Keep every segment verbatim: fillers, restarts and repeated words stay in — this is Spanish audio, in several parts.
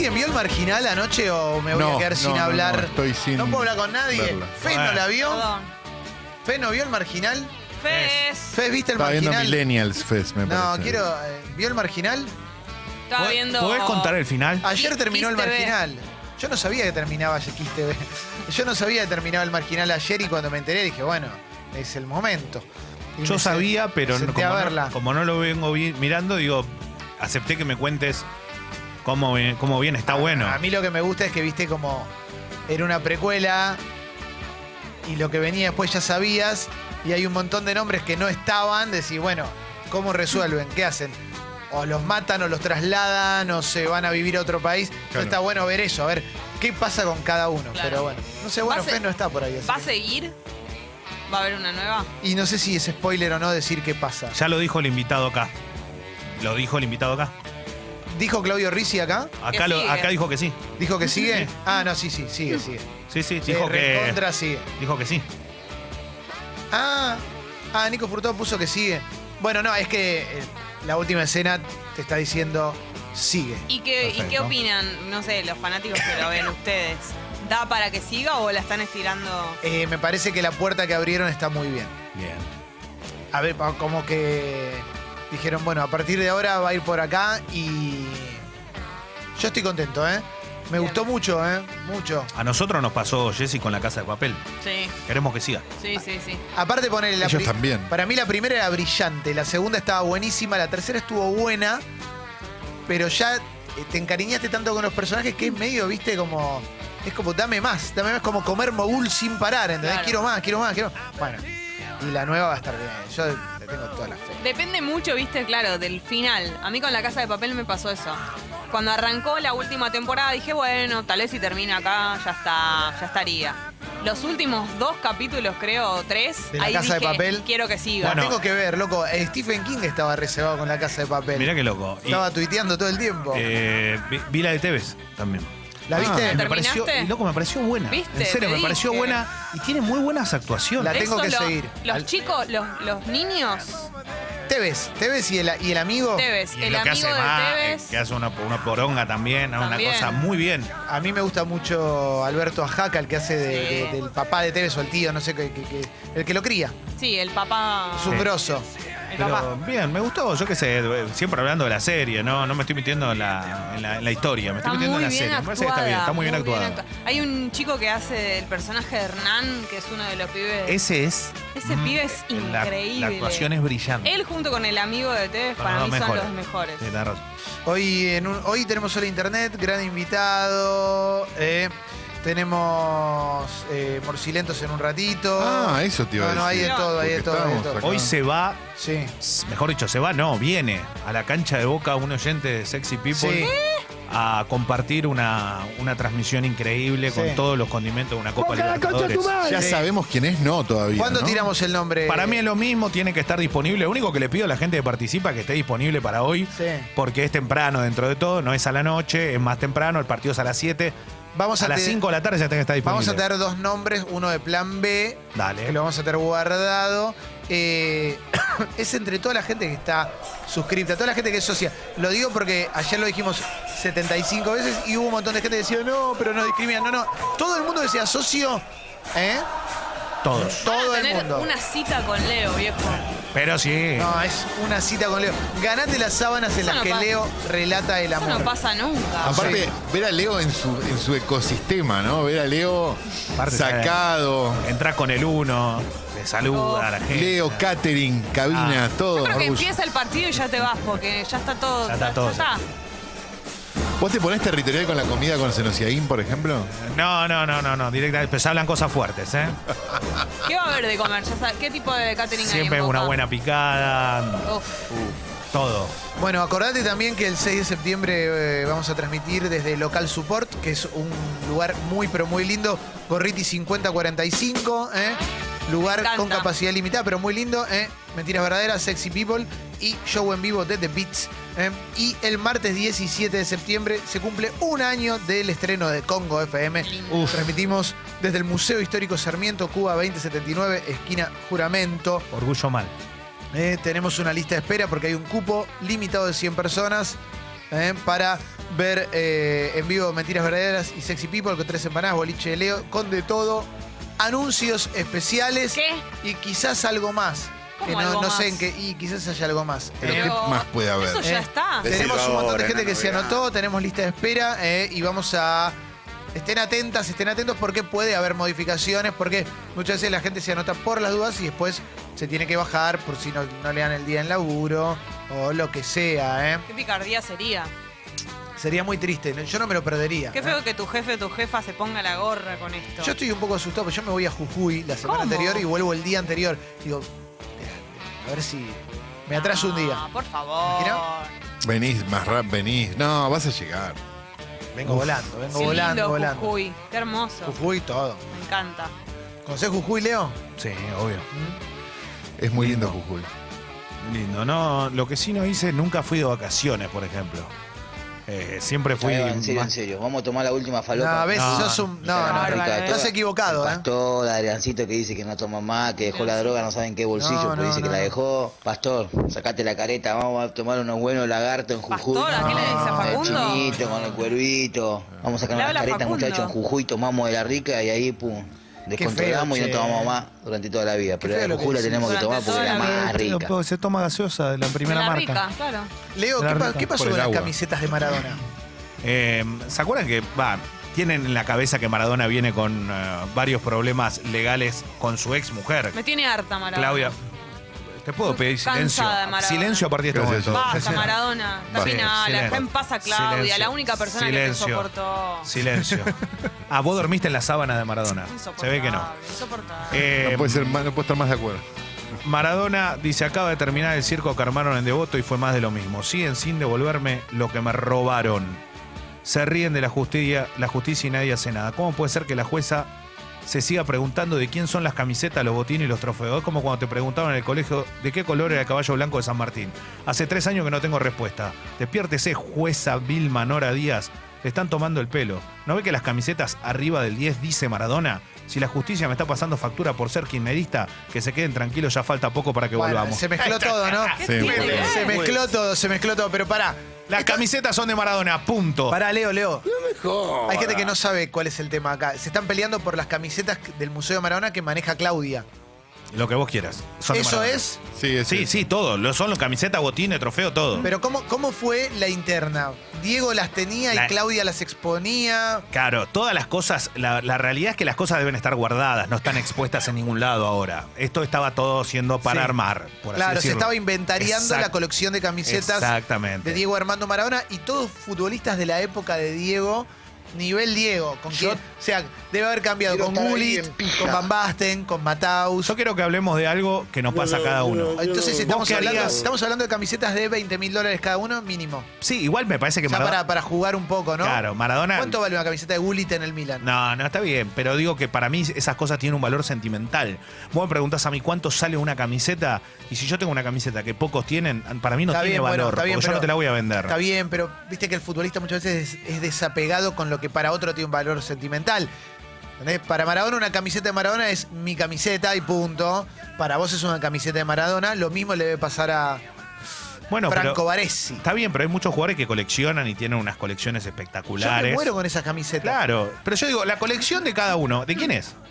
¿Alguien vio el Marginal anoche o me voy No, a quedar no, sin no, hablar? no, estoy sin No puedo hablar con nadie. verla. ¿Fe no Bueno. la vio? Perdón. ¿Fe no vio el Marginal? Fez. ¿Fe viste el Estaba viendo Marginal? Millennials Fest, me parece. No, quiero... eh, ¿Vio el Marginal? Estaba ¿Podés- viendo. ¿Podés contar el final? Ayer Kiss- terminó el Kiss T V. Marginal. Yo no sabía que terminaba Kiss T V. Yo no sabía que terminaba el Marginal ayer y cuando me enteré dije, bueno, es el momento. Y Yo me sabía, se- pero me no- senté como, a no, verla. como no lo vengo vi- mirando, digo, acepté que me cuentes cómo, vi- cómo viene. Está bueno. A mí lo que me gusta es que viste como era una precuela y lo que venía después ya sabías y hay un montón de nombres que no estaban. Decís, bueno, ¿cómo resuelven? ¿Qué hacen? O los matan o los trasladan o se van a vivir a otro país. Entonces Claro. está bueno ver eso, a ver qué pasa con cada uno. Claro. Pero bueno, no sé, bueno, ¿Va a se- Fe no está por ahí. así ¿Va a que- seguir? ¿Va a haber una nueva? Y no sé si es spoiler o no decir qué pasa. Ya lo dijo el invitado acá. Lo dijo el invitado acá. ¿Dijo Claudio Rizzi acá? Acá, Que lo, sigue. acá dijo que sí. ¿Dijo que sigue? Sí. Ah, no, sí, sí, sigue, sigue. Sí, sí, Sí, dijo que. recontra sigue. Dijo que sí. Ah, ah, Nico Furtado puso que sigue. Bueno, no, es que eh, la última escena te está diciendo sigue. ¿Y qué, ¿Y qué Perfecto. opinan, no sé, los fanáticos que lo ven ustedes? ¿Da para que siga o la están estirando? Eh, me parece que la puerta que abrieron está muy bien. Bien. A ver, pa- como que dijeron, bueno, a partir de ahora va a ir por acá y yo estoy contento, ¿eh? Me Bien. gustó mucho, ¿eh? Mucho. A nosotros nos pasó Jessy con La Casa de Papel. Sí, Queremos que siga. sí, sí, sí. Aparte ponerle la Ellos pri- también. Para mí la primera era brillante, la segunda estaba buenísima, la tercera estuvo buena, pero ya eh, te encariñaste tanto con los personajes que es medio, viste, como... Es como, dame más, dame más, como comer mogul sin parar, ¿entendés? Claro. Quiero más, quiero más, quiero... Bueno, y la nueva va a estar bien, yo le tengo toda la fe. Depende mucho, viste, claro, del final. A mí con La Casa de Papel me pasó eso. Cuando arrancó la última temporada dije, bueno, tal vez si termina acá, ya está, ya estaría. Los últimos dos capítulos, creo, o tres, ¿De La ahí Casa de dije, Papel? quiero que siga. La Bueno. tengo que ver, loco. Eh, Stephen King estaba reservado con La Casa de Papel. Mirá qué loco. Y, Estaba tuiteando todo el tiempo. eh, vi, vi la de Tevez también. ¿La ah, viste? Me ¿Terminaste? pareció, y loco, me pareció buena. ¿Viste? En serio, Te me pareció dije. buena y tiene muy buenas actuaciones. La tengo Eso que lo- seguir. Los Al- chicos, los, los niños, Tevez, Tevez y el, y el amigo. Tevez, Y el lo que amigo hace de más, Tevez. que hace una, una poronga también, una También. cosa muy bien. A mí me gusta mucho Alberto Ajaca, el que hace de- Sí. de- del papá de Tevez o el tío, no sé, que, que- que- el que lo cría. Sí, el papá. Es un Sí. grosso. El Pero papá. bien, me gustó, yo qué sé, siempre hablando de la serie, no, no me estoy metiendo en la, en la, en la historia, me estoy Está metiendo muy en la bien serie. Me parece que actuada. está bien, está muy bien actuada. actua- Hay un chico que hace el personaje de Hernán, que es uno de los pibes. Ese es. Ese mm, pibe es la- increíble. La, actuación es brillante. Él junto con el amigo de Tevez, Son para los mí son mejores. los mejores. Sí, tenés razón. Hoy, en un- hoy tenemos solo internet, gran invitado. eh, tenemos eh, Morcilentos en un ratito. Ah, eso te iba a No, no, hay decir. de todo, hay de Porque todo. hay de estábamos todo. acá. Hoy se va, Sí. mejor dicho, se va, no, viene a la cancha de Boca un oyente de Sexy People Sí. a compartir una, una transmisión increíble con Sí. todos los condimentos de una Copa Libertadores. Ya Sí. sabemos quién es, no todavía. ¿Cuándo ¿no? tiramos el nombre? Para mí es lo mismo, tiene que estar disponible. Lo único que le pido a la gente que participa es que esté disponible para hoy, Sí. porque es temprano dentro de todo, no es a la noche, es más temprano, el partido es a las siete. Vamos a, A las te- cinco de la tarde ya tiene que estar disponible. Vamos a tener dos nombres, uno de plan B, Dale. que lo vamos a tener guardado. Eh, es entre toda la gente que está suscripta, toda la gente que es socia. Lo digo porque ayer lo dijimos setenta y cinco veces y hubo un montón de gente que decía, no, pero no discriminan, no, no. Todo el mundo decía socio, ¿eh? Todos. Todo Van a el tener mundo. una cita con Leo, viejo. Pero sí. No, es una cita con Leo. Ganate las sábanas en Eso las no que pasa. Leo relata el Eso amor. no pasa nunca. Aparte, Sí. ver a Leo en su, en su ecosistema, ¿no? Ver a Leo Aparte, sacado. Entrás con el uno, le saluda a la gente. Leo, catering, cabina, Ah. todo. Yo creo que orgullo. empieza el partido y ya te vas, porque ya está todo. Ya está todo, está. ¿Vos te ponés territorial con la comida con Senociaín, por ejemplo? No, no, no, no, no, directamente. Pero se hablan cosas fuertes, ¿eh? ¿Qué va a haber de comer? Ya sabes, ¿qué tipo de catering hay? Siempre en una Boca? buena picada, Uf. todo. Bueno, acordate también que el seis de septiembre eh, vamos a transmitir desde Local Support, que es un lugar muy, pero muy lindo. Gorriti cincuenta cuarenta y cinco, ¿eh? Lugar Me encanta. con capacidad limitada, pero muy lindo, ¿eh? Mentiras verdaderas, Sexy People y show en vivo de The Beats. ¿eh? Y el martes diecisiete de septiembre se cumple un año del estreno de Congo F M. Uf. Transmitimos desde el Museo Histórico Sarmiento, Cuba veinte setenta y nueve, esquina Juramento. Orgullo mal. Eh, tenemos una lista de espera porque hay un cupo limitado de cien personas eh, para ver eh, en vivo Mentiras Verdaderas y Sexy People con tres empanadas, boliche de Leo, con de todo, anuncios especiales ¿Qué? y quizás algo más. Que ¿Cómo no, algo no sé más? en qué, y quizás haya algo más. Pero Eh, ¿qué más puede haber? Eso ya Eh, está. Decilo tenemos un montón de ahora, gente que no se veas. anotó, tenemos lista de espera eh, y vamos a... Estén atentas, estén atentos porque puede haber modificaciones, porque muchas veces la gente se anota por las dudas y después se tiene que bajar por si no, no le dan el día en laburo o lo que sea. ¿eh? Qué picardía sería. Sería muy triste, ¿no? Yo no me lo perdería. Qué ¿eh? feo que tu jefe o tu jefa se ponga la gorra con esto. Yo estoy un poco asustado, porque yo me voy a Jujuy la semana ¿Cómo? anterior y vuelvo el día anterior. Digo, a ver si me atraso un día. Ah, por favor. ¿Imagino? Venís más rápido, venís. No, vas a llegar. Vengo Uf. volando, vengo Qué volando, lindo volando. Jujuy. Qué hermoso. Jujuy, todo. Me encanta. ¿Conocés Jujuy, Leo? Sí, obvio. Es muy lindo Jujuy. Lindo. No, lo que sí no hice, nunca fui de vacaciones, por ejemplo. Eh, siempre fui. Ahí va, en serio, más- en serio. Vamos a tomar la última No, falopa. a veces No, sos un. No, Esa no, rica de no, estás todas. equivocado, El ¿eh? Pastor, Adriancito que dice que no toma más, que dejó la droga, no saben qué bolsillo, No, porque no, dice que no, la no. dejó. Pastor, sacate la careta, vamos a tomar unos buenos lagartos en Jujuy. Pastor, ¿a qué le dice a Con el Facundo? chinito, con el cuervito. Vamos a sacar Le una habla careta, Facundo. muchachos, en Jujuy, tomamos de la rica y ahí, pum, descontrolamos feo, y no che. tomamos más durante toda la vida. Pero feo la lo de que Jujuy la decís. tenemos que tomar Durante porque es la toda la más Pero, rica. pero se toma gaseosa de la primera la marca. rica, claro. Leo, La ¿qué, pa- rica qué pasó por el con las agua. camisetas de Maradona? Eh, ¿Se acuerdan que va? Tienen en la cabeza que Maradona viene con eh, varios problemas legales con su ex mujer, Me tiene harta Maradona. Claudia. ¿Te puedo pedir Cansada silencio? de Maradona. Silencio a partir de este Gracias, momento. Basta, Maradona. Basta. Terminala. Sí, Deja en paz a Claudia, silencio. la única persona que Silencio. te soportó. Silencio. Ah, vos dormiste en la sábana de Maradona. Se ve que no. Insoportable. Eh, No puede, ser más, no puede estar más de acuerdo. Maradona dice, acaba de terminar el circo que armaron en Devoto y fue más de lo mismo. Siguen sin devolverme lo que me robaron. Se ríen de la justicia, la justicia y nadie hace nada. ¿Cómo puede ser que la jueza se siga preguntando de quién son las camisetas, los botines y los trofeos? Es como cuando te preguntaban en el colegio de qué color era el caballo blanco de San Martín. Hace tres años que no tengo respuesta. Despiértese, jueza Vilma Nora Díaz. Le están tomando el pelo. ¿No ve que las camisetas arriba del diez dice Maradona? Si la justicia me está pasando factura por ser kirchnerista, que se queden tranquilos, ya falta poco para que Bueno, volvamos. se mezcló todo, ¿no? ¿Qué Sí, tiene bueno. que ver? Se mezcló todo, se mezcló todo. Pero pará, Las camisetas son de Maradona, punto. pará, Leo, Leo. Hay gente que no sabe cuál es el tema acá. Se están peleando por las camisetas del Museo de Maradona que maneja Claudia. Lo que vos quieras. Son de ¿Eso Maradona. es? Sí, es Sí, sí, todo. Lo son los camisetas, botines, trofeo, todo. Pero ¿cómo, cómo fue la interna? Diego las tenía y La- Claudia las exponía. Claro, todas las cosas, la, la realidad es que las cosas deben estar guardadas, no están expuestas en ningún lado ahora. Esto estaba todo siendo para Sí. armar, por así Claro, se decirlo. estaba inventariando Exact- la colección de camisetas Exactamente. de Diego Armando Maradona y todos futbolistas de la época de Diego, nivel Diego, con Yo- quien, o sea, debe haber cambiado Quiero con estar ahí Gullit, en pija. con Van Basten, con Mataus. Yo quiero que hablemos de algo que nos pasa a cada uno. Entonces estamos qué hablando, harías? estamos hablando de camisetas de veinte mil dólares cada uno, mínimo. Sí, igual me parece que Ya Maradona... para, para jugar un poco, ¿no? Claro, Maradona... ¿Cuánto vale una camiseta de Gullit en el Milan? No, no, está bien, pero digo que para mí esas cosas tienen un valor sentimental. Vos me preguntás a mí cuánto sale una camiseta, y si yo tengo una camiseta que pocos tienen, para mí no Está tiene bien, bueno, valor, está bien, porque yo pero- no te la voy a vender. Está bien, pero viste que el futbolista muchas veces es, es desapegado con lo que para otro tiene un valor sentimental. ¿Entendés? Para Maradona una camiseta de Maradona es mi camiseta y punto. Para vos es una camiseta de Maradona. Lo mismo le debe pasar a Bueno, Franco pero Baresi. está bien, pero hay muchos jugadores que coleccionan y tienen unas colecciones Yo me espectaculares. muero con esas camisetas. Claro, pero yo digo, la colección de cada uno, ¿de quién es?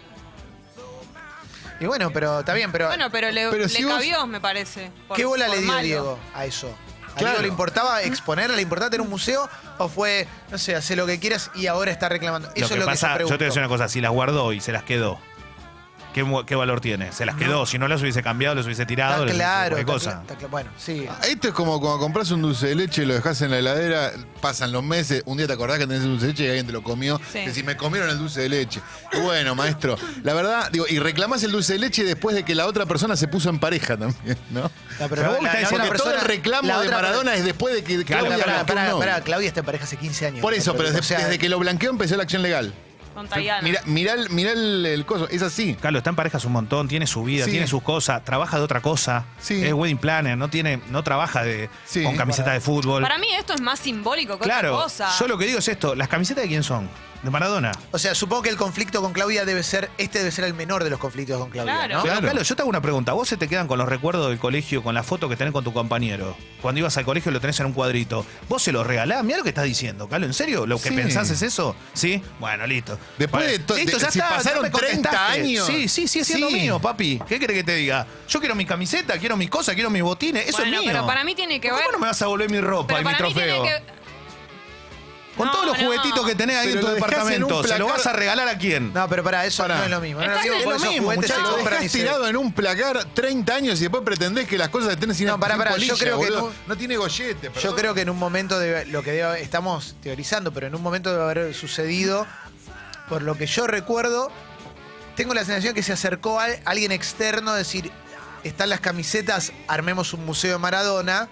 Y bueno, pero está bien, pero Bueno, pero le, Pero le si vos- cabió, me parece. por- ¿qué bola por le dio malo. Diego a eso? ¿A Claro. Diego le importaba exponerla? ¿Le importaba tener un museo? ¿O fue, no sé, hace lo que quieras y ahora está reclamando? Eso lo que es lo pasa, que se yo te voy a decir preguntó. una cosa, si las guardó y se las quedó, ¿qué, mu- qué valor tiene? Se las quedó, si no las hubiese cambiado, las hubiese tirado, Está les hubiese hecho claro, cualquier está cosa. cla- está cla- bueno, sí. Esto es como cuando compras un dulce de leche, lo dejas en la heladera, pasan los meses, un día te acordás que tenés el dulce de leche y alguien te lo comió. Sí. Decís, me comieron el dulce de leche. Y bueno, maestro, la verdad, digo, y reclamás el dulce de leche después de que la otra persona se puso en pareja también, ¿no? No, Pero vos me estás diciendo otra Porque todo el persona- reclamo la de otra Maradona es después de que Claro, Claudia Pará, blanqueó pará, un novio. pará, Claudia está en pareja hace quince años. Por eso, pero O des- sea, desde que lo blanqueó empezó la acción legal. Con Tayana. Mirá, mirá, el, mirá el, el coso, es así. Carlos está en parejas un montón, tiene su vida, Sí. tiene sus cosas, trabaja de otra cosa, Sí. es wedding planner, no tiene, no trabaja de, Sí. con camiseta de fútbol. Para mí esto es más simbólico que Claro, otra cosa. yo lo que digo es esto, ¿las camisetas de quién son? De Maradona. O sea, supongo que el conflicto con Claudia debe ser, este debe ser el menor de los conflictos con Claudia, Claro. ¿no? Claro. Carlos, yo te hago una pregunta. ¿Vos se te quedan con los recuerdos del colegio, con la foto que tenés con tu compañero? Cuando ibas al colegio lo tenés en un cuadrito. ¿Vos se lo regalás? Mirá lo que estás diciendo, Carlos. ¿En serio? ¿Lo que Sí. pensás es eso? ¿Sí? Bueno, listo. Después Bueno, de to- listo, de- ya si está, pasaron ya me treinta contestaste. años. Sí, sí, sí, es siendo Sí. mío, papi. ¿Qué querés que te diga? Yo quiero mi camiseta, quiero mis cosas, quiero mis botines. Eso Bueno, es mío. pero para mí tiene que ¿Cómo ver- no me vas a volver mi ropa Pero y mi para mí tiene trofeo? que... Con No, todos los no. juguetitos que tenés ahí Pero en tu lo dejás en un departamento, ¿se lo placar- vas a regalar a quién? No, pero para eso Pará. no es lo mismo. No es lo Estás mismo en- porque es lo esos mismo, juguetes se muchachos. Lo compran y dejás se- tirado en un placar treinta años y después pretendés que las cosas estén sin No, pará, sin pará, yo polilla, creo que boludo. no- no tiene gollete. Yo perdón. creo que en un momento de lo que debe- estamos teorizando, pero en un momento debe haber sucedido, por lo que yo recuerdo, tengo la sensación que se acercó a alguien externo a decir, están las camisetas, armemos un museo de Maradona.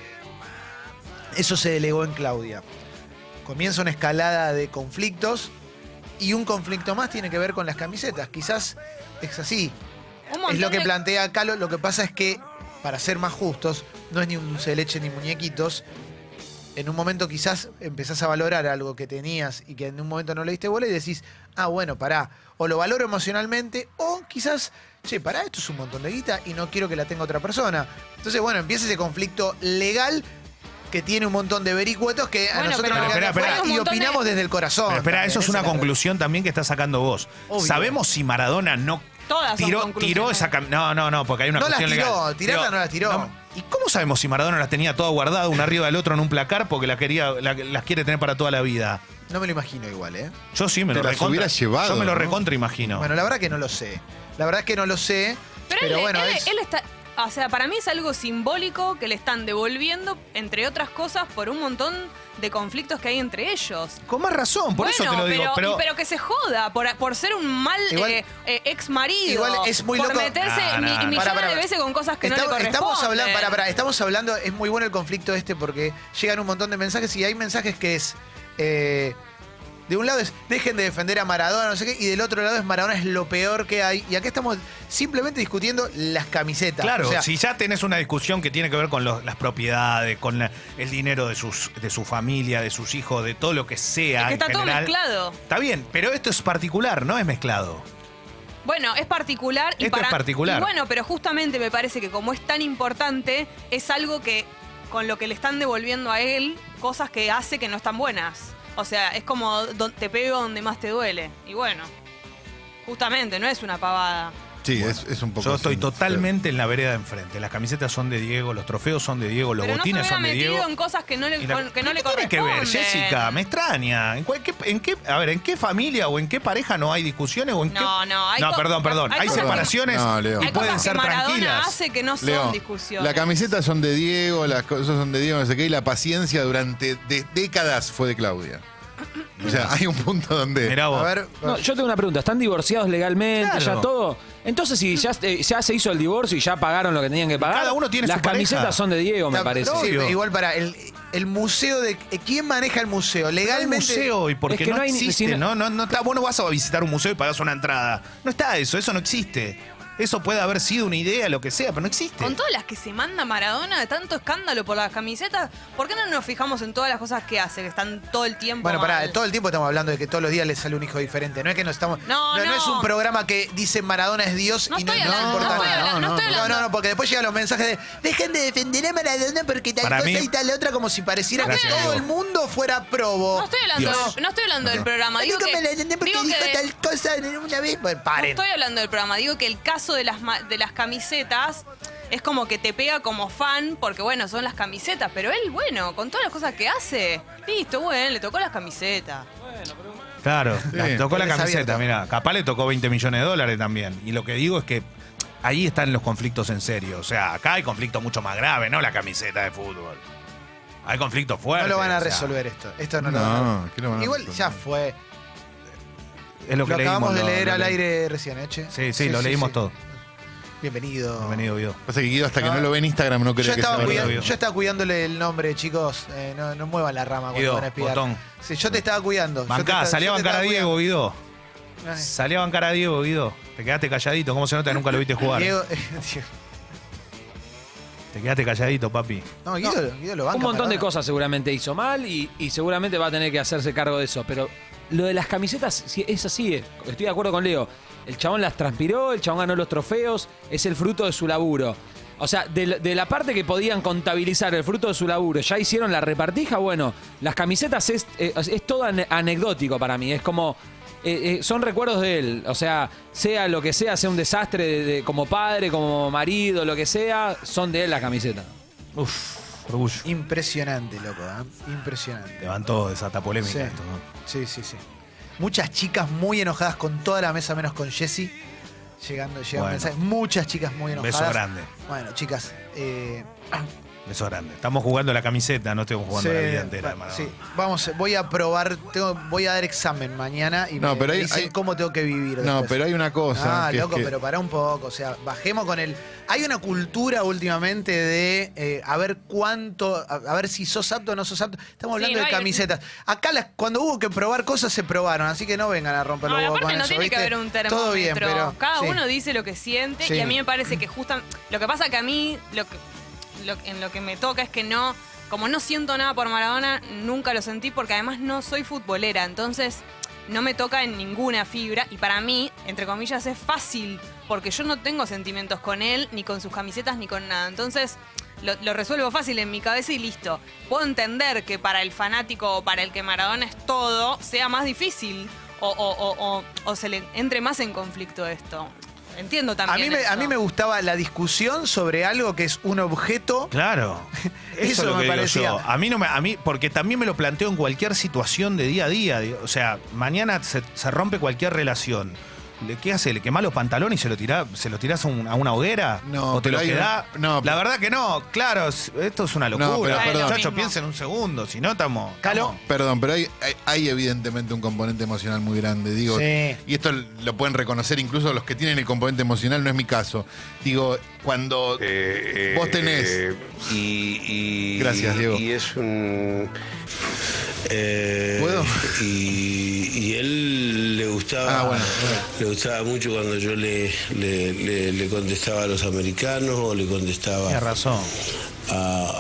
Eso se delegó en Claudia. Comienza una escalada de conflictos y un conflicto más tiene que ver con las camisetas. Quizás es así. Un montón Es lo que de- plantea Calo. Lo que pasa es que, para ser más justos, no es ni un dulce de leche ni muñequitos. En un momento quizás empezás a valorar algo que tenías y que en un momento no le diste bola y decís, ah, bueno, pará. O lo valoro emocionalmente o quizás, che, pará, esto es un montón de guita y no quiero que la tenga otra persona. Entonces, bueno, empieza ese conflicto legal que tiene un montón de vericuetos que a Bueno, nosotros pero- nos quedan Espera, espera. afuera Hay un y montón de- opinamos desde el corazón. Pero espera, también, eso es esa una la- conclusión también que estás sacando vos. Obvio. ¿Sabemos si Maradona no Todas son tiró, conclusiones. tiró esa cam- No, no, no, porque hay una No las cuestión tiró, legal. tirarla Pero- no las tiró. ¿Y cómo sabemos si Maradona las tenía todas guardadas una arriba del otro en un placar porque la quería, la- las quiere tener para toda la vida? No me lo imagino igual, ¿eh? Yo sí me Te lo las recontra. hubiera llevado, Yo me lo ¿no? recontra imagino. Bueno, la verdad que no lo sé. La verdad es que no lo sé. Pero, Pero, él, bueno, él- es- él está... O sea, para mí es algo simbólico que le están devolviendo, entre otras cosas, por un montón de conflictos que hay entre ellos. Con más razón, por eso te lo digo. pero, Pero, y- pero que se joda por, por ser un mal Igual- eh, eh, ex marido. igual es muy por loco- meterse No, no, mi- no. millones Pará, pará, de pará. veces con cosas que no Estamos- le corresponden. Estamos hablando, para, para, estamos hablando, es muy bueno el conflicto este porque llegan un montón de mensajes y hay mensajes que es, eh, de un lado es, dejen de defender a Maradona, no sé qué, y del otro lado es Maradona es lo peor que hay. Y acá estamos simplemente discutiendo las camisetas. claro, O sea, si ya tenés una discusión que tiene que ver con los- las propiedades, con la- el dinero de, sus, de su familia, de sus hijos, de todo lo que sea. Es que en está todo general, mezclado. Está bien, pero esto es particular, no es mezclado. Bueno, es particular y Esto es para particular. y bueno, pero justamente me parece que como es tan importante, es algo que con lo que le están devolviendo a él cosas que hace que no están buenas. O sea, es como don- te pego donde más te duele. Y bueno, justamente, no es una pavada. Sí, es, es un poco. Yo estoy así. totalmente en la vereda de enfrente. Las camisetas son de Diego, los trofeos son de Diego, los Pero no se botines hubiera son de metido Diego. en cosas que no le, Y la- con- que no le ¿Qué tiene que ver, corresponden. Jessica? Me extraña. ¿En, cuál- qué- en qué, a ver, ¿en qué familia o en qué pareja no hay discusiones? O en No, qué... no, hay No, co- perdón, perdón. hay Hay, cosas que- separaciones No, Leo. y Hay pueden cosas ser que Maradona tranquilas. hace que no son Leo, discusiones. las camisetas son de Diego, las cosas son de Diego, no sé qué, y la paciencia durante de- décadas fue de Claudia. O sea, hay un punto donde. Mirá vos. a ver, No, yo tengo una pregunta. ¿Están divorciados legalmente? Claro. ¿Ya todo? Entonces, si ya, eh, ya se hizo el divorcio y ya pagaron lo que tenían que pagar, cada uno tiene las su pareja. camisetas son de Diego, me está- parece. sí, Obvio. igual para el, el museo de. ¿Quién maneja el museo? El Legalmente. museo y porque Es que no, no hay ni- existe, si no- ¿no? No, no está, vos no vas a visitar un museo y pagás una entrada. No está eso, eso no existe. Eso puede haber sido una idea, lo que sea, pero no existe. Con todas las que se manda Maradona de tanto escándalo por las camisetas, ¿por qué no nos fijamos en todas las cosas que hace, que están todo el tiempo Bueno, mal? pará, todo el tiempo estamos hablando de que todos los días le sale un hijo diferente. No es que nos estamos. No, no, no. es un programa que dice Maradona es Dios No y no, estoy no hablando, no importa estoy nada. hablando, no estoy No, hablando. no, no, porque después llegan los mensajes de dejen de defender a Maradona porque tal Para cosa mí- y tal otra, como si pareciera No que estoy todo hablando. el mundo fuera probo. No estoy hablando, Dios. no estoy hablando del programa, digo Digo que, me la entendé porque digo dijo que- tal cosa una vez. Bueno, no paren. estoy hablando del programa, digo que el caso de las ma- de las camisetas es como que te pega como fan, porque bueno, son las camisetas, pero él, bueno, con todas las cosas que hace, listo, bueno, le tocó las camisetas. Claro, le tocó la él es camiseta, abierto. mira. Capaz le tocó veinte millones de dólares también. Y lo que digo es que ahí están los conflictos en serio. O sea, acá hay conflictos mucho más graves, no la camiseta de fútbol. Hay conflictos No fuertes. lo van a o sea, resolver esto. Esto no, lo No, van a ¿qué lo van a Igual resolver? ya fue. Es lo Lo, que acabamos leímos, de lo- leer lo al leímos. aire recién, ¿eh? che? Sí, sí, lo leímos todo. Bienvenido. Bienvenido, Guido. Pasa que Guido, hasta que no lo ve en Instagram, no cree Yo que estaba, sea cuida- verdad. cuidando, yo estaba cuidándole el nombre, chicos. Eh, no, no muevan la rama cuando Guido, van a espiar. botón. Sí, yo te estaba cuidando. Yo te Bancá, estaba- salí a yo te bancar a estaba Diego, Guido. cuidando. Ay. Salí a bancar a Diego, Guido. Te quedaste calladito. ¿Cómo se nota que nunca lo viste jugar? Diego, Te quedaste calladito, papi. no, Guido, Guido lo banca. Un montón de Maradona. cosas seguramente hizo mal y, y seguramente va a tener que hacerse cargo de eso. Pero lo de las camisetas sí, es así, estoy de acuerdo con Leo. El chabón las transpiró, el chabón ganó los trofeos, es el fruto de su laburo. O sea, de, de la parte que podían contabilizar el fruto de su laburo, ya hicieron la repartija, bueno, las camisetas es, es, es todo ane- anecdótico para mí, es como... Eh, eh, son recuerdos de él, o sea, sea lo que sea, sea un desastre de, de, como padre, como marido, lo que sea, son de él las camisetas. Uf, orgullo. Impresionante, loco, ¿eh? Impresionante. Levantó, desata polémica Sí. esto, ¿no? Sí, sí, sí. Muchas chicas muy enojadas con toda la mesa, menos con Jessy. Llegando, llegan Bueno. mensajes. Muchas chicas muy enojadas. Beso grande. Bueno, chicas. Eh, Beso grande. Estamos jugando la camiseta, no estamos jugando sí, la vida entera. bueno, hermano. sí. Vamos, voy a probar, tengo, voy a dar examen mañana y No, me, pero me hay- dicen hay- cómo tengo que vivir. No, después. pero hay una cosa. Ah, que es loco, que- pero pará un poco. O sea, bajemos con el. Hay una cultura últimamente de eh, a ver cuánto, a, a ver si sos apto o no sos apto. Estamos Sí, hablando no de hay- camisetas. Acá las, cuando hubo que probar cosas se probaron, así que no vengan a romper No, los y huevos aparte con no eso, tiene ¿viste? que haber un termómetro. Todo bien, pero Cada sí. uno dice lo que siente Sí. y a mí me parece que justo lo que pasa que a mí lo que, lo- en lo que me toca es que no, como no siento nada por Maradona, nunca lo sentí porque además no soy futbolera, entonces no me toca en ninguna fibra y para mí, entre comillas, es fácil porque yo no tengo sentimientos con él, ni con sus camisetas, ni con nada. Entonces lo, lo resuelvo fácil en mi cabeza y listo. Puedo entender que para el fanático o para el que Maradona es todo, sea más difícil o, o- o- o- o se le entre más en conflicto esto. Entiendo A también mí, me, a eso. mí me gustaba la discusión sobre algo que es un objeto. Claro. Eso Eso es lo me que digo parecía. yo. A mí no me, a mí, porque también me lo planteo en cualquier situación de día a día. digo, O sea, mañana se, se rompe cualquier relación. ¿Le- ¿Qué hace? ¿Le quemás los pantalones y se lo tirás, se lo tirás a, un- a una hoguera? No, ¿O te pero lo hay quedás? una- no, La pero- verdad que no. Claro, es- esto es una No, locura. pero, perdón. Muchachos, Mismo. piensen un segundo. Si no, estamos... Calo. estamos- Perdón, pero hay, hay, hay evidentemente un componente emocional muy grande. Digo, Sí. y esto lo pueden reconocer incluso los que tienen el componente emocional, no es mi caso. Digo, cuando vos tenés. Y, y- Gracias, Diego. Y es un. eh, ¿Puedo? Y, y él le gustaba. Ah, bueno, bueno. Le gustaba mucho cuando yo le, le, le- le contestaba a los americanos o le contestaba Tienes razón. a.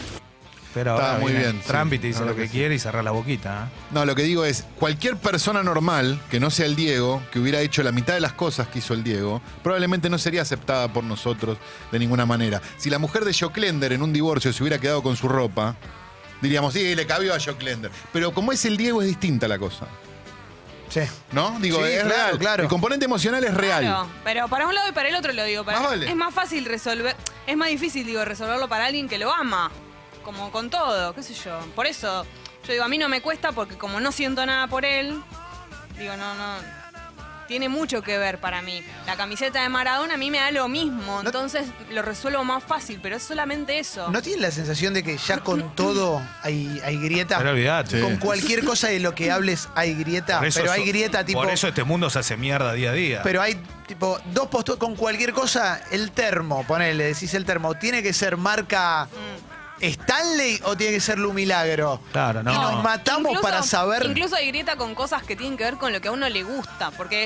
Pero Está ahora muy viene bien, Trump sí, y te dice la lo verdad que que sí. quiere y cerrar la boquita. ¿eh? No, lo que digo es, cualquier persona normal, que no sea el Diego, que hubiera hecho la mitad de las cosas que hizo el Diego, probablemente no sería aceptada por nosotros de ninguna manera. Si la mujer de Jock Lender en un divorcio se hubiera quedado con su ropa, diríamos, sí, le cabió a Jock Lender. Pero como es el Diego, es distinta la cosa. Sí. ¿No? Digo, Sí, es claro, real. claro. El componente emocional es real. Claro, pero para un lado y para el otro lo digo. Para, Más vale. Es más fácil resolver, es más difícil, digo, resolverlo para alguien que lo ama. Como con todo, qué sé yo. Por eso, yo digo, a mí no me cuesta porque como no siento nada por él, digo, no, no. Tiene mucho que ver para mí. La camiseta de Maradona a mí me da lo mismo, No- entonces lo resuelvo más fácil, pero es solamente eso. ¿No tienen la sensación de que ya con todo hay, hay grieta? Pero olvidate. Con cualquier cosa de lo que hables hay grieta. Por eso Pero hay so- grieta tipo. Por eso este mundo se hace mierda día a día. Pero hay tipo dos posturas. Con cualquier cosa, el termo, ponele, decís el termo, ¿tiene que ser marca Stanley o tiene que ser Lumilagro? Claro, Y no. nos matamos Incluso- para saber. Incluso hay grieta con cosas que tienen que ver con lo que a uno le gusta, porque,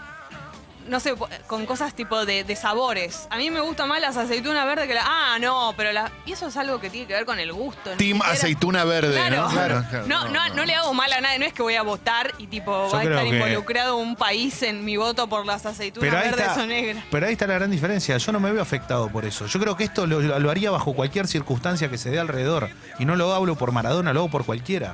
no sé, con cosas tipo de, de sabores. A mí me gustan más las aceitunas verdes que la... Ah, no, pero la... Y eso es algo que tiene que ver con el gusto. ni Team siquiera- aceituna verde, Claro. ¿no? Claro. claro. No, no, no le hago mal a nadie, no es que voy a votar y tipo Yo va a creo estar que- involucrado un país en mi voto por las aceitunas Pero ahí, verdes está, o negras. pero ahí está la gran diferencia. Yo no me veo afectado por eso. Yo creo que esto lo, lo haría bajo cualquier circunstancia que se dé alrededor. Y no lo hablo por Maradona, lo hago por cualquiera.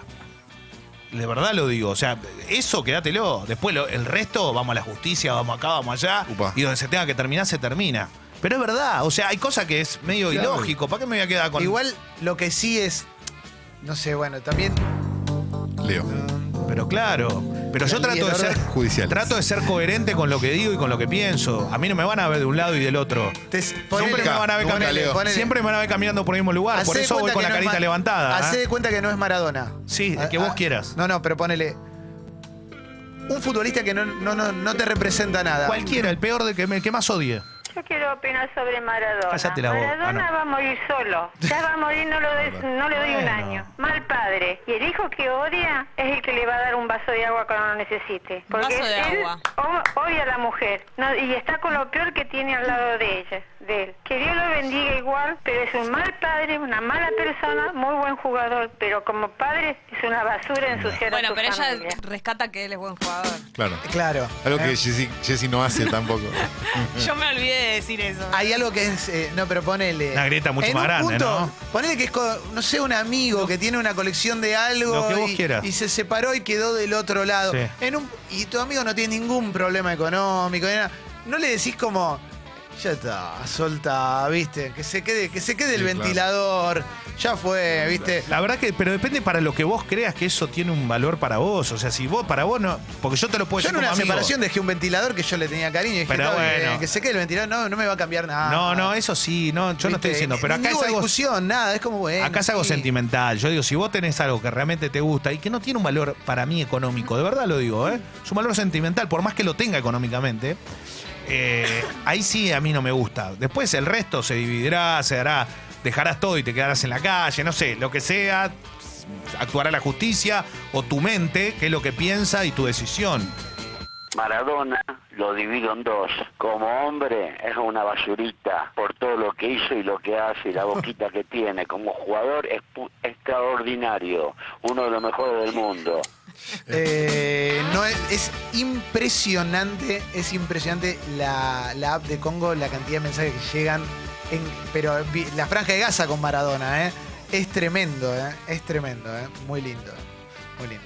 De verdad lo digo. O sea, eso quédatelo. Después lo- el resto, vamos a la justicia, vamos acá, vamos allá. Upa. Y donde se tenga que terminar, se termina. Pero es verdad. O sea, hay cosas que es medio Claro. ilógico. ¿Para qué me voy a quedar con...? Igual lo que sí es. No sé, bueno, también. Leo. Pero claro. Pero yo Y trato el de ser... orden Judicial. Trato de ser coherente con lo que digo y con lo que pienso. A mí no me van a ver de un lado y del otro. Te, Siempre me van a ver Ponele, caminando. ponele. Siempre me van a ver caminando por el mismo lugar. Por Hacé eso voy cuenta con que la no es carita Ma- levantada. Hacé ¿eh? de cuenta que no es Maradona. Sí, el que Ah, vos ah, quieras. No, no, pero ponele. Un futbolista que no, no, no, no te representa nada. Cualquiera, el peor de que, me- el que más odie. Yo quiero opinar sobre Maradona. Cállate la boca. Maradona Ah, no. va a morir solo. Ya va a morir, no, lo de- no le doy un Bueno. año. Mal padre. Y el hijo que odia es el que le va a dar un vaso de agua cuando lo necesite. Porque Vaso de él agua. o- odia a la mujer. No, y está con lo peor que tiene al lado de ella, de él. Que Dios lo bendiga igual, pero es un mal padre, una mala persona, muy buen jugador. Pero como padre es una basura ensuciar Bueno, a su pero familia. ella rescata que él es buen jugador. Claro. Claro. Algo ¿eh? que Jessy, Jessy no hace tampoco. Yo me olvidé de decir eso. Hay algo que es. eh, no, pero ponele. Una grieta mucho en más un grande, punto, ¿no? Ponele que es, co- no sé, un amigo que tiene una colección de algo. Lo que vos y, quieras. y se separó y quedó del otro lado. Sí. En un, y tu amigo no tiene ningún problema económico. ni nada. No le decís como. Ya está, solta, viste, que se quede, que se quede el Sí, claro. ventilador, ya fue, viste. La verdad que, pero depende para lo que vos creas que eso tiene un valor para vos. O sea, si vos, para vos no. Porque yo te lo puedo Yo en decir una como amigo. separación dejé un ventilador que yo le tenía cariño y dije, Pero "Está bien, bueno. que se quede el ventilador, no, no me va a cambiar nada. No, no, eso sí, no, yo no estoy ¿Viste? diciendo, pero acá Ni es hubo algo. discusión, nada, es como bueno. Acá es algo sí. sentimental. Yo digo, si vos tenés algo que realmente te gusta y que no tiene un valor para mí económico, de verdad lo digo, ¿eh? Es un valor sentimental, por más que lo tenga económicamente, eh, ahí sí a mí no me gusta. Después el resto se dividirá, se hará, dejarás todo y te quedarás en la calle, no sé, lo que sea, actuará la justicia o tu mente, que es lo que piensa y tu decisión. Maradona lo divido en dos. Como hombre es una basurita por todo lo que hizo y lo que hace y la boquita que tiene. Como jugador es pu- extraordinario, uno de los mejores del mundo. Eh, no es, es impresionante, es impresionante la, la app de Congo, la cantidad de mensajes que llegan. En, pero vi- la franja de Gaza con Maradona, ¿eh? Es tremendo, ¿eh? Es tremendo, ¿eh? Muy lindo, muy lindo.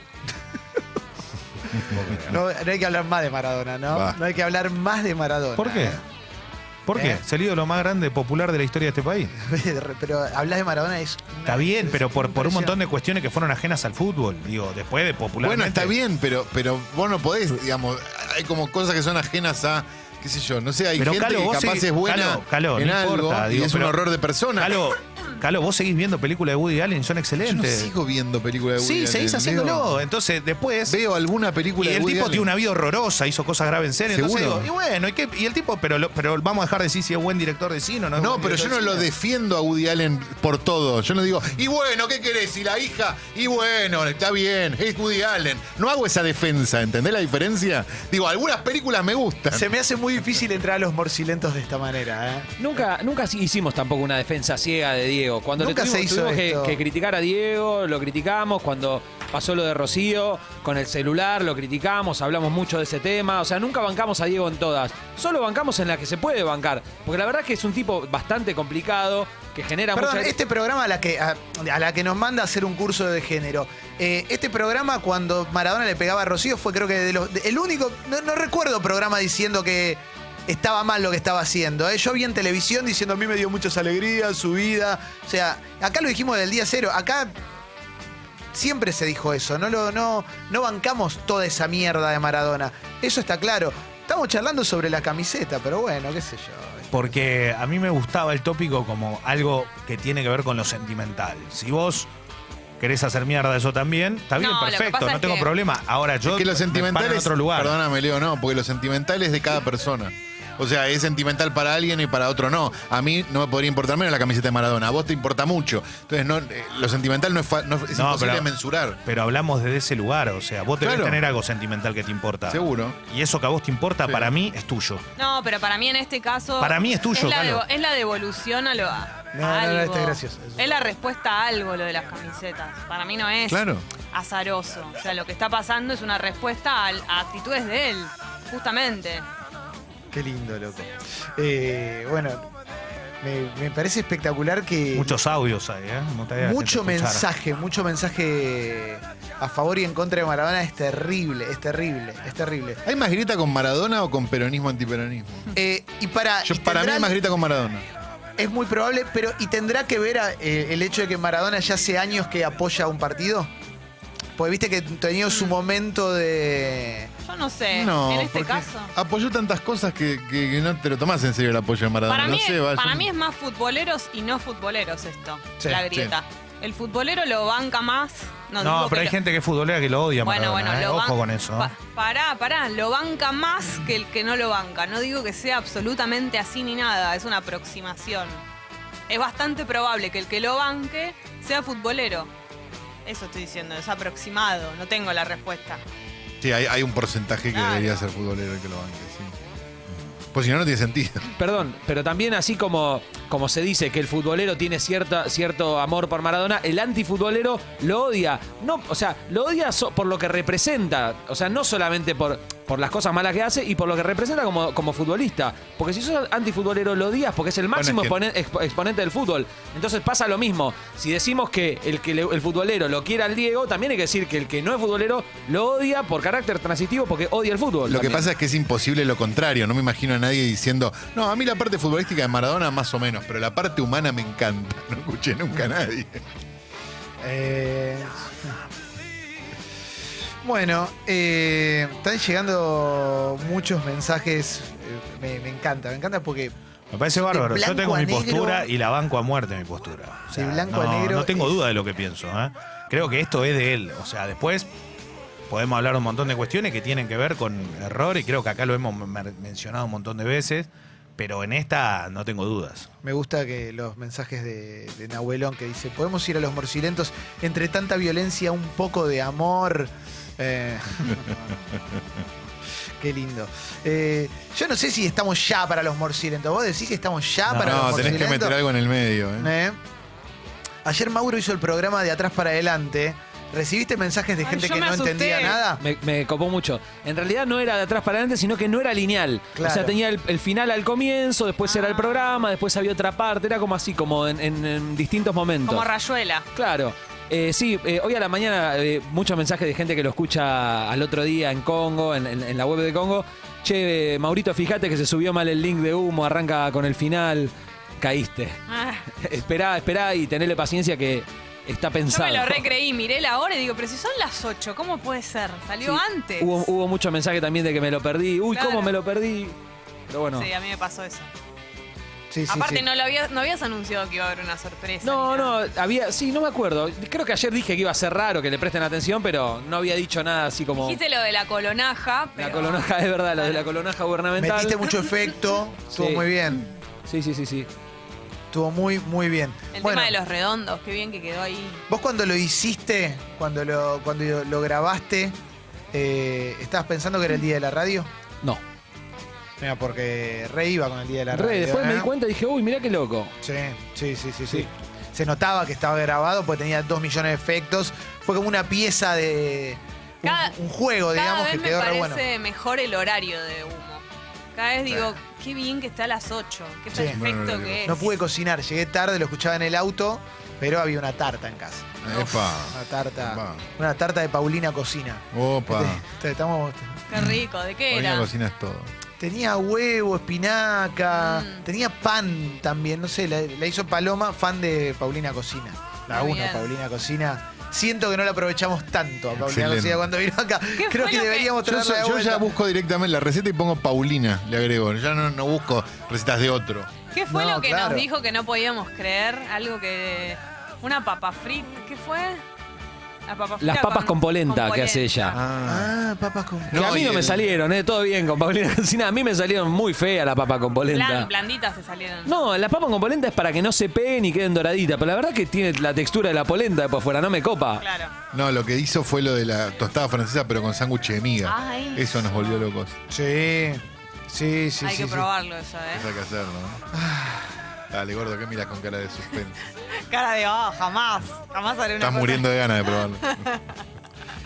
No, no hay que hablar más de Maradona, ¿no? Va. No hay que hablar más de Maradona. ¿Por qué? ¿eh? ¿Por qué? ¿Eh? Es el ídolo más grande, popular de la historia de este país. Pero hablar de Maradona es... una- Está bien, es pero por, por un montón de impresionante. cuestiones que fueron ajenas al fútbol. Digo, después de popularmente. Bueno, está bien, pero, pero vos no podés, digamos, hay como cosas que son ajenas a, qué sé yo, no sé, hay Pero, gente Calo, que vos capaz seguís- es buena Calo, Calo, en no algo importa, y digo, es un pero- horror de persona. Calo, Calo, vos seguís viendo películas de Woody Allen y son Yo no excelentes. sigo viendo películas de Woody Sí, Allen. seguís Veo- haciéndolo. Entonces, después. Veo alguna Y película de el Woody tipo Allen. tiene una vida horrorosa, hizo cosas graves en serio. Entonces ¿Seguro? digo, y bueno, ¿y, qué? Y el tipo, pero, lo- pero vamos a dejar de decir si es buen director de cine o no es No, buen pero yo director no de lo cine. defiendo a Woody Allen por todo. Yo no digo, y bueno, ¿qué querés? Y la hija, y bueno, está bien, es Woody Allen. No hago esa defensa, ¿entendés la diferencia? Digo, algunas películas me gustan. Se me hace muy difícil entrar a los morcilentos de esta manera, ¿eh? Nunca, nunca hicimos tampoco una defensa ciega de Diego. Cuando Nunca le tuvimos, se hizo tuvimos que, esto. que criticar a Diego, lo criticamos. Cuando pasó lo de Rocío, con el celular lo criticamos, hablamos mucho de ese tema. O sea, nunca bancamos a Diego en todas. Solo bancamos en la que se puede bancar. Porque la verdad es que es un tipo bastante complicado, que genera Perdón, mucha... este programa a la que a, a la que nos manda a hacer un curso de género. eh, este programa cuando Maradona le pegaba a Rocío fue creo que de los, de- el único, no, no recuerdo programa diciendo que estaba mal lo que estaba haciendo. ¿eh? Yo vi en televisión diciendo a mí me dio muchas alegrías, su vida. O sea, acá lo dijimos del día cero. Acá siempre se dijo eso. No, lo, no, no bancamos toda esa mierda de Maradona. Eso está claro. Estamos charlando sobre la camiseta, pero bueno, qué sé yo. Porque a mí me gustaba el tópico como algo que tiene que ver con lo sentimental. Si vos querés hacer mierda eso también, está bien, No, lo que perfecto, pasa no es tengo que- problema. Ahora yo Es que lo me paro sentimental en es, otro lugar. perdóname, Leo, no, porque lo sentimental es de cada persona. O sea, es sentimental para alguien y para otro no. A mí no me podría importar menos la camiseta de Maradona. A vos te importa mucho. Entonces, no, eh, lo sentimental no es, fa- no es No, imposible pero- mensurar. Pero hablamos desde ese lugar, o sea, vos debés Claro. tener algo sentimental que te importa. Seguro. Y eso que a vos te importa, Sí. para mí, es tuyo. No, pero para mí en este caso. Para mí es tuyo, la, Calo. devo- es la devolución a lo. A No, no, no, algo. este es gracioso. Es la respuesta a algo lo de las camisetas. Para mí no es Claro. azaroso. O sea, lo que está pasando es una respuesta al- a, actitudes de él, justamente. Qué lindo, loco. Eh, bueno, me, me parece espectacular que... Muchos audios hay, ¿eh? No te había Mucho que escuchar. mensaje, mucho mensaje a favor y en contra de Maradona. Es terrible, es terrible, es terrible. ¿Hay más grita con Maradona o con peronismo antiperonismo? Eh, y para, Yo, y para mí tendrá- hay más grita con Maradona. es muy probable, pero ¿y tendrá que ver a, eh, el hecho de que Maradona ya hace años que apoya a un partido? Porque viste que tenía su momento de... Yo no sé. No, en este porque caso. apoyó tantas cosas que, que- que no te lo tomás en serio el apoyo de Maradona. Para, no mí, sé, va, para yo- mí es más futboleros y no futboleros esto, Sí, la grieta. El futbolero lo banca más. No, No, digo pero que hay lo- gente que es futbolera que lo odia, Bueno, Maradona, bueno, ¿eh? lo Ojo ban- con eso. Pa- pará, pará, lo banca más que el que no lo banca. No digo que sea absolutamente así ni nada, es una aproximación. Es bastante probable que el que lo banque sea futbolero. Eso estoy diciendo, es aproximado, no tengo la respuesta. Sí, hay, hay un porcentaje que Claro. debería ser futbolero el que lo banque, sí. Pues si no, no tiene sentido. Perdón, pero también así como, como se dice que el futbolero tiene cierta, cierto amor por Maradona, el antifutbolero lo odia. No, o sea, lo odia so- por lo que representa. O sea, no solamente por, por las cosas malas que hace y por lo que representa como, como futbolista. Porque si sos antifutbolero lo odias porque es el máximo Bueno, es exponen- expo- exponente del fútbol. Entonces pasa lo mismo. Si decimos que el, que le- el futbolero lo quiere al Diego, también hay que decir que el que no es futbolero lo odia por carácter transitivo porque odia el fútbol. Lo que también. pasa es que es imposible lo contrario. No me imagino a nadie diciendo, no, a mí la parte futbolística de Maradona más o menos, pero la parte humana me encanta. No escuché nunca a nadie. Eh, Bueno, eh, están llegando muchos mensajes. eh, Me, me encanta, me encanta porque Me parece de bárbaro. Yo blanco tengo a mi negro- postura y la banco a muerte mi postura. O sea, De blanco a no, negro no tengo es- duda de lo que pienso. ¿eh? Creo que esto es de él. O sea, después podemos hablar un montón de cuestiones que tienen que ver con error y creo que acá lo hemos mer- mencionado un montón de veces, pero en esta no tengo dudas. me gusta que los mensajes de, de Nahuelón que dice, podemos ir a los morcilentos entre tanta violencia, un poco de amor. Eh, Qué lindo. Eh, yo no sé si estamos ya para los morcilentos. ¿Vos decís que estamos ya No, para los No, tenés morcilentos? que meter algo en el medio. ¿eh? Eh. Ayer Mauro hizo el programa de atrás para adelante. ¿Recibiste mensajes de Ay, gente yo que me no asusté. entendía nada? Me, me copó mucho. En realidad no era de atrás para adelante, sino que no era lineal. Claro. O sea, tenía el, el final al comienzo, después era el Ah. programa, después había otra parte. Era como así, como en, en- en distintos momentos. Como Rayuela. Claro. Eh, sí, eh, hoy a la mañana eh, muchos mensajes de gente que lo escucha al otro día en Congo, en, en- en la web de Congo. Che, eh, Maurito, fíjate que se subió mal el link de humo, arranca con el final. Caíste. Ah, esperá, esperá y tenele paciencia que está yo pensado. me lo recreí, miré la hora y digo, pero si son las ocho, ¿cómo puede ser? Salió Sí, antes. Hubo, hubo muchos mensajes también de que me lo perdí. Uy, Claro. ¿cómo me lo perdí? Pero bueno. Sí, a mí me pasó eso. Sí, sí, Aparte, sí. No, lo habías, no habías anunciado que iba a haber una sorpresa. No, ni nada. no, había, sí, no me acuerdo. Creo que ayer dije que iba a ser raro que le presten atención, pero no había dicho nada así como Dijiste lo de la colonaja, pero... la colonaja, es verdad, lo de la colonaja gubernamental. Metiste mucho efecto. Estuvo Sí. muy bien. Sí, sí, sí, sí. Estuvo muy, muy bien. El Bueno, tema de los redondos, qué bien que quedó ahí. vos cuando lo hiciste, cuando lo, cuando lo grabaste, eh, ¿estabas pensando que era el día de la radio? No. Mira, porque re iba con el día de la Re, radio. después ¿eh? me di cuenta y dije, uy, mirá qué loco. Sí, sí, sí, sí, sí. Sí. Se notaba que estaba grabado porque tenía dos millones de efectos. Fue como una pieza de. Un, Cada- un juego, Cada digamos, vez que me quedó re parece bueno. mejor el horario de humo. Cada vez digo, qué bien que está a las ocho, qué Sí. perfecto Bueno, no, no, que es. No pude cocinar, llegué tarde, lo escuchaba en el auto, pero había una tarta en casa. Epa. Una tarta. Epa. Una tarta de Paulina Cocina. Opa. Este, Estamos, Qué rico, ¿de qué Paulina era? Cocina es todo. tenía huevo, espinaca, Mm. tenía pan también, no sé, la, la hizo Paloma, fan de Paulina Cocina. La Muy uno, bien. Paulina Cocina. Siento que no la aprovechamos tanto a Paulina Excelente. Cocina cuando vino acá. ¿Qué Creo fue que lo que- deberíamos Yo, traerla so- de yo vuelta. ya busco directamente la receta y pongo Paulina, le agrego. Ya no, no busco recetas de otro. ¿Qué fue No, lo que claro. nos dijo que no podíamos creer? Algo que... Una papa frita, ¿qué fue? La papa frita Las papas con polenta con que hace ella. Ah, papas con... Que No, a mí y no me el- salieron, ¿eh? Todo bien con Paulina Cocina. A mí me salieron muy feas las papas con polenta. Blan- blanditas se salieron. No, las papas con polenta es para que no se peguen y queden doraditas. Pero la verdad que tiene la textura de la polenta de por fuera, no me copa. Claro. No, lo que hizo fue lo de la tostada francesa, pero con sándwich de miga. Ay. Eso nos volvió locos. Sí, sí, sí. Hay sí, que sí. probarlo eso, ¿eh? Eso hay que hacerlo, ¿no? Dale, gordo, ¿qué miras con cara de suspense? Cara de, ah, jamás. Jamás haré una Estás cosa. muriendo de ganas de probarlo.